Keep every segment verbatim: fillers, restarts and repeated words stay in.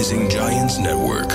Rising Giants Network.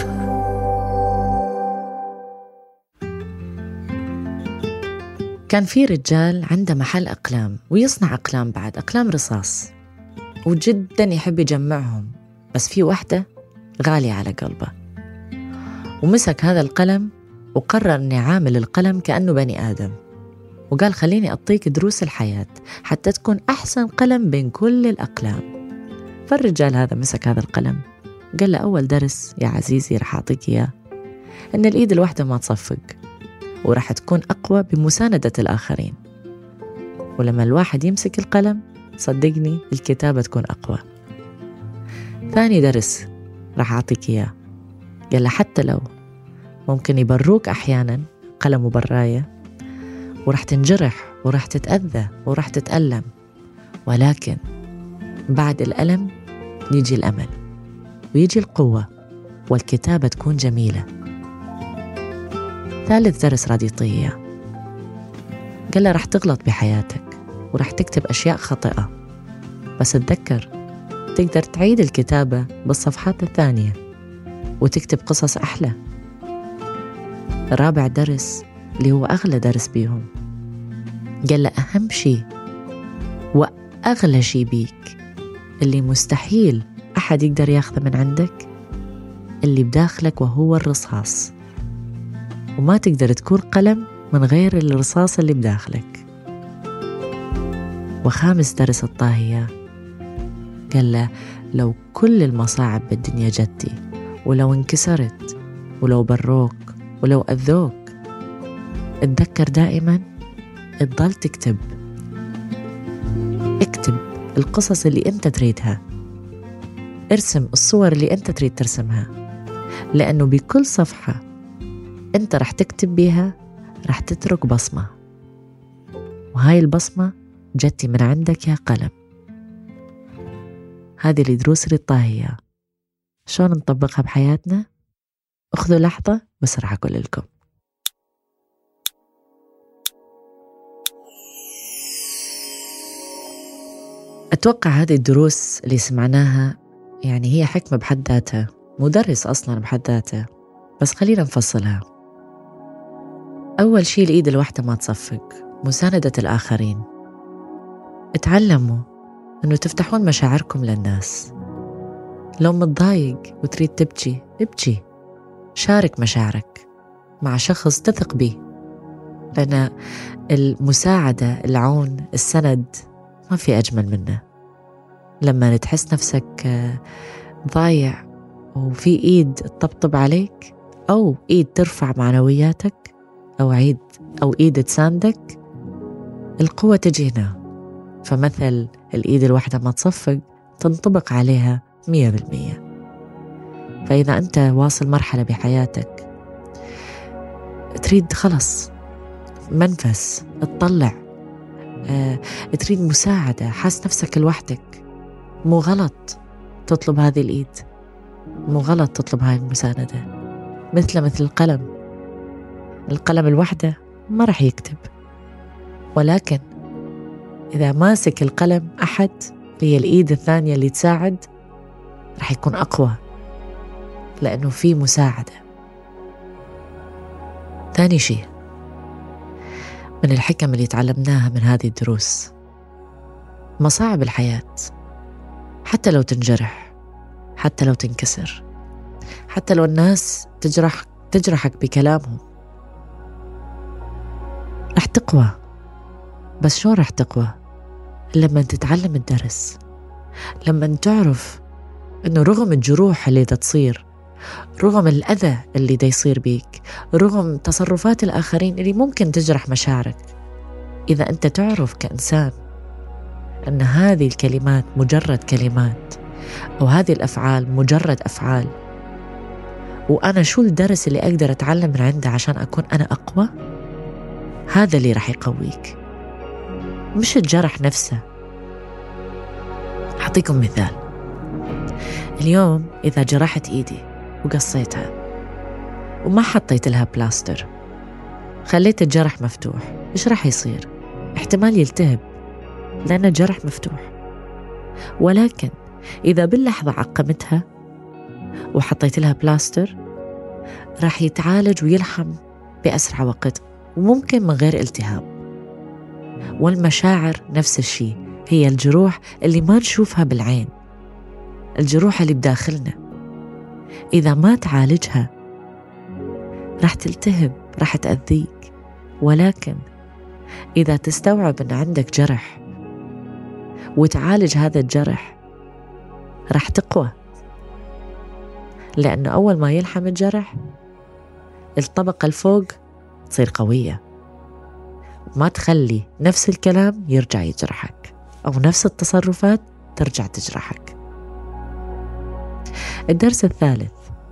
كان في رجال عنده محل أقلام ويصنع أقلام، بعد أقلام رصاص، وجداً يحب يجمعهم، بس في واحدة غالية على قلبه. ومسك هذا القلم وقرر أني عامل القلم كأنه بني آدم، وقال خليني أعطيك دروس الحياة حتى تكون أحسن قلم بين كل الأقلام. فالرجال هذا مسك هذا القلم، قال له أول درس يا عزيزي رح أعطيك إياه أن الإيد الواحدة ما تصفق، ورح تكون أقوى بمساندة الآخرين. ولما الواحد يمسك القلم صدقني الكتابة تكون أقوى. ثاني درس رح أعطيك إياه، قال له حتى لو ممكن يبروك أحيانا قلم وبراية ورح تنجرح ورح تتأذى ورح تتألم، ولكن بعد الألم يجي الأمل ويجي القوة والكتابة تكون جميلة. ثالث درس راضي يعطيه، قال له رح تغلط بحياتك ورح تكتب أشياء خاطئة، بس تذكر تقدر تعيد الكتابة بالصفحات الثانية وتكتب قصص أحلى. رابع درس اللي هو أغلى درس بيهم، قال له أهم شيء وأغلى شيء بيك اللي مستحيل أحد يقدر ياخذه من عندك اللي بداخلك، وهو الرصاص، وما تقدر تكون قلم من غير الرصاص اللي بداخلك. وخامس درس الطاهية قال له لو كل المصاعب بالدنيا جتي، ولو انكسرت، ولو بروك، ولو أذوك، اتذكر دائما تضل تكتب. اكتب القصص اللي انت تريدها، ارسم الصور اللي انت تريد ترسمها، لأنه بكل صفحة انت رح تكتب بيها رح تترك بصمة، وهاي البصمة جتي من عندك يا قلم. هذه اللي دروس الطاهية، شلون نطبقها بحياتنا؟ اخذوا لحظة بس رح أقول لكم. أتوقع هذه الدروس اللي سمعناها يعني هي حكمة بحد ذاتها، مدرس أصلا بحد ذاتها، بس خلينا نفصلها. أول شيء الإيد الواحدة ما تصفق، مساندة الآخرين. اتعلموا أنه تفتحون مشاعركم للناس. لو متضايق وتريد تبكي ابكي، شارك مشاعرك مع شخص تثق به، لأن المساعدة، العون، السند ما في أجمل منه. لما تحس نفسك ضايع وفي إيد تطبطب عليك، أو إيد ترفع معنوياتك، أو عيد أو إيد تساندك، القوة تجي هنا. فمثل الإيد الواحدة ما تصفق تنطبق عليها مية بالمية. فإذا أنت واصل مرحلة بحياتك تريد خلص منفس، تطلع، أه، تريد مساعدة، حاس نفسك لوحدك، مو غلط تطلب هذه الإيد، مو غلط تطلب هاي المساندة. مثل مثل القلم، القلم الوحدة ما رح يكتب، ولكن إذا ماسك القلم أحد، هي الإيد الثانية اللي تساعد، رح يكون أقوى لأنه في مساعدة. ثاني شيء من الحكم اللي تعلمناها من هذه الدروس، مصاعب الحياة حتى لو تنجرح، حتى لو تنكسر، حتى لو الناس تجرح تجرحك بكلامهم، رح تقوى. بس شو رح تقوى؟ لما تتعلم الدرس، لما تعرف إنه رغم الجروح اللي دا تصير، رغم الأذى اللي دا يصير بيك، رغم تصرفات الآخرين اللي ممكن تجرح مشاعرك، إذا أنت تعرف كإنسان أن هذه الكلمات مجرد كلمات، أو هذه الأفعال مجرد أفعال، وأنا شو الدرس اللي أقدر أتعلم من عنده عشان أكون أنا أقوى، هذا اللي رح يقويك، مش الجرح نفسه. أعطيكم مثال. اليوم إذا جرحت إيدي وقصيتها وما حطيت لها بلاستر، خليت الجرح مفتوح، إيش رح يصير؟ احتمال يلتهب لأن الجرح مفتوح. ولكن إذا باللحظة عقمتها، وحطيت لها بلاستر راح يتعالج ويلحم بأسرع وقت، وممكن من غير التهاب. والمشاعر نفس الشيء، هي الجروح اللي ما نشوفها بالعين، الجروح اللي بداخلنا إذا ما تعالجها راح تلتهب، راح تأذيك. ولكن إذا تستوعب أن عندك جرح وتعالج هذا الجرح راح تقوى، لأنه أول ما يلحم الجرح الطبقة الفوق تصير قوية، ما تخلي نفس الكلام يرجع يجرحك أو نفس التصرفات ترجع تجرحك. الدرس الثالث،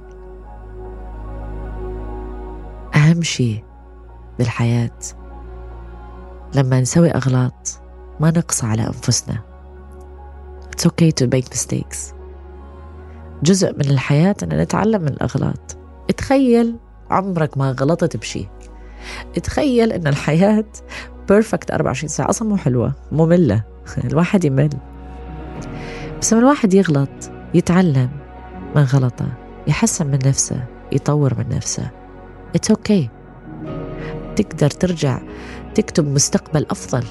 أهم شيء بالحياة لما نسوي أغلاط ما نقص على أنفسنا. It's okay to make mistakes. جزء من الحياة أن نتعلم من الأغلاط. اتخيل عمرك ما غلطت بشيء، اتخيل أن الحياة perfect أربعة وعشرين ساعة، أصلا مو حلوة، مملة، الواحد يمل. بس لما الواحد يغلط يتعلم من غلطه، يحسن من نفسه، يطور من نفسه. It's okay. تقدر ترجع تكتب مستقبل أفضل.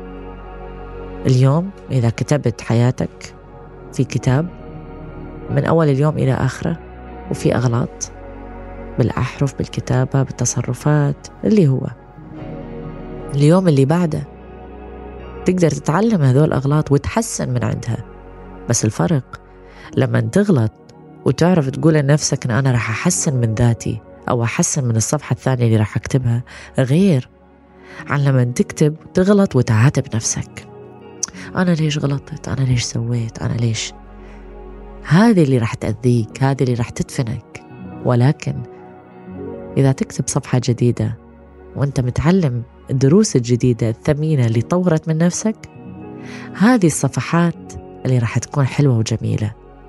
اليوم إذا كتبت حياتك في كتاب من أول اليوم إلى آخره وفي أغلاط بالأحرف، بالكتابة، بالتصرفات، اللي هو اليوم اللي بعده تقدر تتعلم هذول الأغلاط وتحسن من عندها. بس الفرق لما تغلط وتعرف تقول لنفسك أن أنا راح أحسن من ذاتي أو أحسن من الصفحة الثانية اللي راح أكتبها، غير عن لما تكتب تغلط وتعاتب نفسك. أنا ليش غلطت؟ أنا ليش سويت؟ أنا ليش؟ هذه اللي راح تأذيك، هذه اللي راح تدفنك. ولكن إذا تكتب صفحة جديدة وأنت متعلم الدروس الجديدة الثمينة اللي طورت من نفسك، هذه الصفحات اللي راح تكون حلوة وجميلة.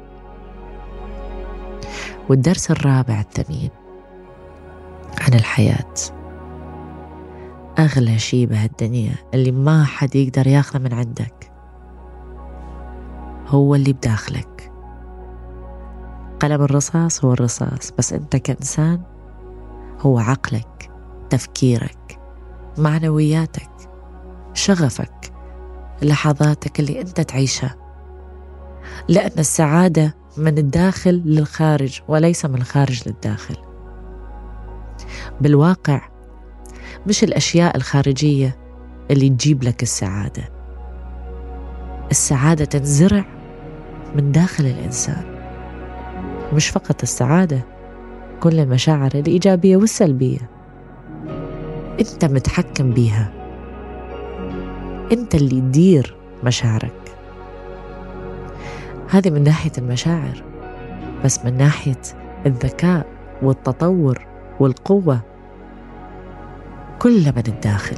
والدرس الرابع الثمين عن الحياة، أغلى شيء بهالدنيا اللي ما حد يقدر ياخذه من عندك هو اللي بداخلك. قلم الرصاص هو الرصاص، بس أنت كإنسان هو عقلك، تفكيرك، معنوياتك، شغفك، لحظاتك اللي أنت تعيشها. لأن السعادة من الداخل للخارج وليس من الخارج للداخل. بالواقع مش الأشياء الخارجية اللي تجيب لك السعادة، السعادة تنزرع من داخل الإنسان. مش فقط السعادة، كل المشاعر الإيجابية والسلبية أنت متحكم بيها، أنت اللي تدير مشاعرك. هذه من ناحية المشاعر، بس من ناحية الذكاء والتطور والقوة كلها من الداخل.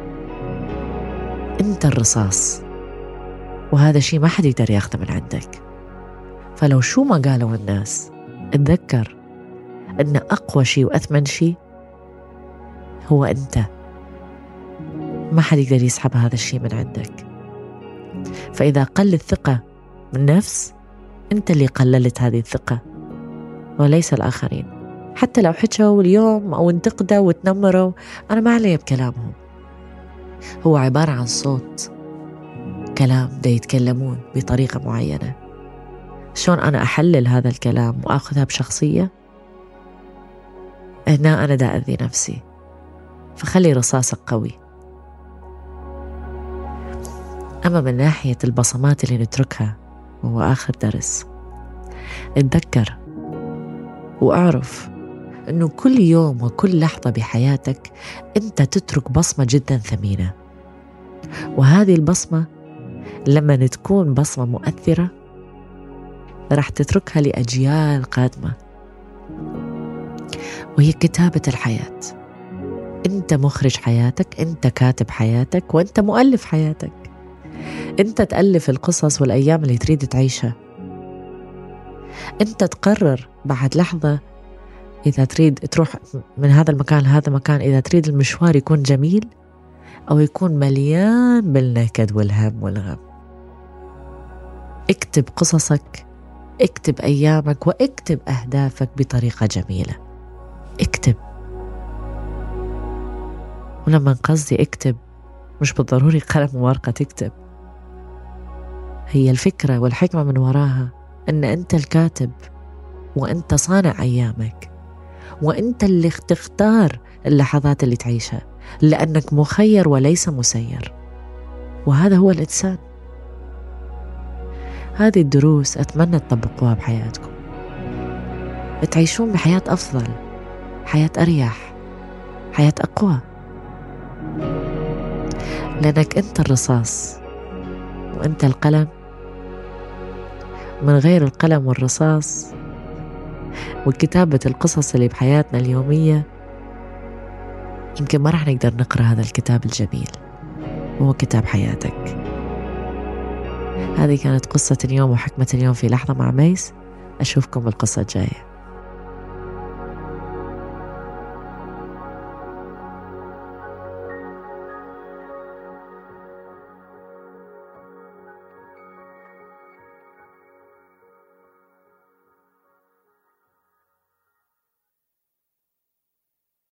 أنت الرصاص، وهذا شيء ما حد يقدر ياخذه من عندك. فلو شو ما قالوا الناس، اتذكر أن أقوى شيء وأثمن شيء هو أنت. ما حد يقدر يسحب هذا الشيء من عندك. فإذا قل الثقة بالنفس، أنت اللي قللت هذه الثقة وليس الآخرين. حتى لو حكوا اليوم أو انتقدوا وتنمروا، أنا ما علي بكلامهم، هو عبارة عن صوت، كلام دا يتكلمون بطريقة معينة. شلون أنا أحلل هذا الكلام وأخذها بشخصية؟ هنا أنا دا أذي نفسي. فخلي رصاصك قوي. أما من ناحية البصمات اللي نتركها، وهو آخر درس، اتذكر وأعرف أنه كل يوم وكل لحظة بحياتك أنت تترك بصمة جدا ثمينة. وهذه البصمة لما تكون بصمة مؤثرة راح تتركها لأجيال قادمة، وهي كتابة الحياة. أنت مخرج حياتك، أنت كاتب حياتك، وأنت مؤلف حياتك. أنت تألف القصص والأيام اللي تريد تعيشها. أنت تقرر بعد لحظة إذا تريد تروح من هذا المكان لهذا المكان، إذا تريد المشوار يكون جميل أو يكون مليان بالنكد والهم والغم. اكتب قصصك اكتب أيامك واكتب أهدافك بطريقة جميلة. اكتب. ولما قصدي اكتب مش بالضروري قلم وورقة تكتب، هي الفكرة والحكمة من وراها أن أنت الكاتب وأنت صانع أيامك، وأنت اللي تختار اللحظات اللي تعيشها، لأنك مخير وليس مسير، وهذا هو الإنسان. هذه الدروس أتمنى تطبقوها بحياتكم، تعيشون بحياة أفضل، حياة أريح، حياة أقوى، لأنك أنت الرصاص وأنت القلم. من غير القلم والرصاص وكتابة القصص اللي بحياتنا اليومية يمكن ما رح نقدر نقرأ هذا الكتاب الجميل، وهو كتاب حياتك. هذه كانت قصة اليوم وحكمة اليوم في لحظة مع ميس. أشوفكم بالقصة الجاية.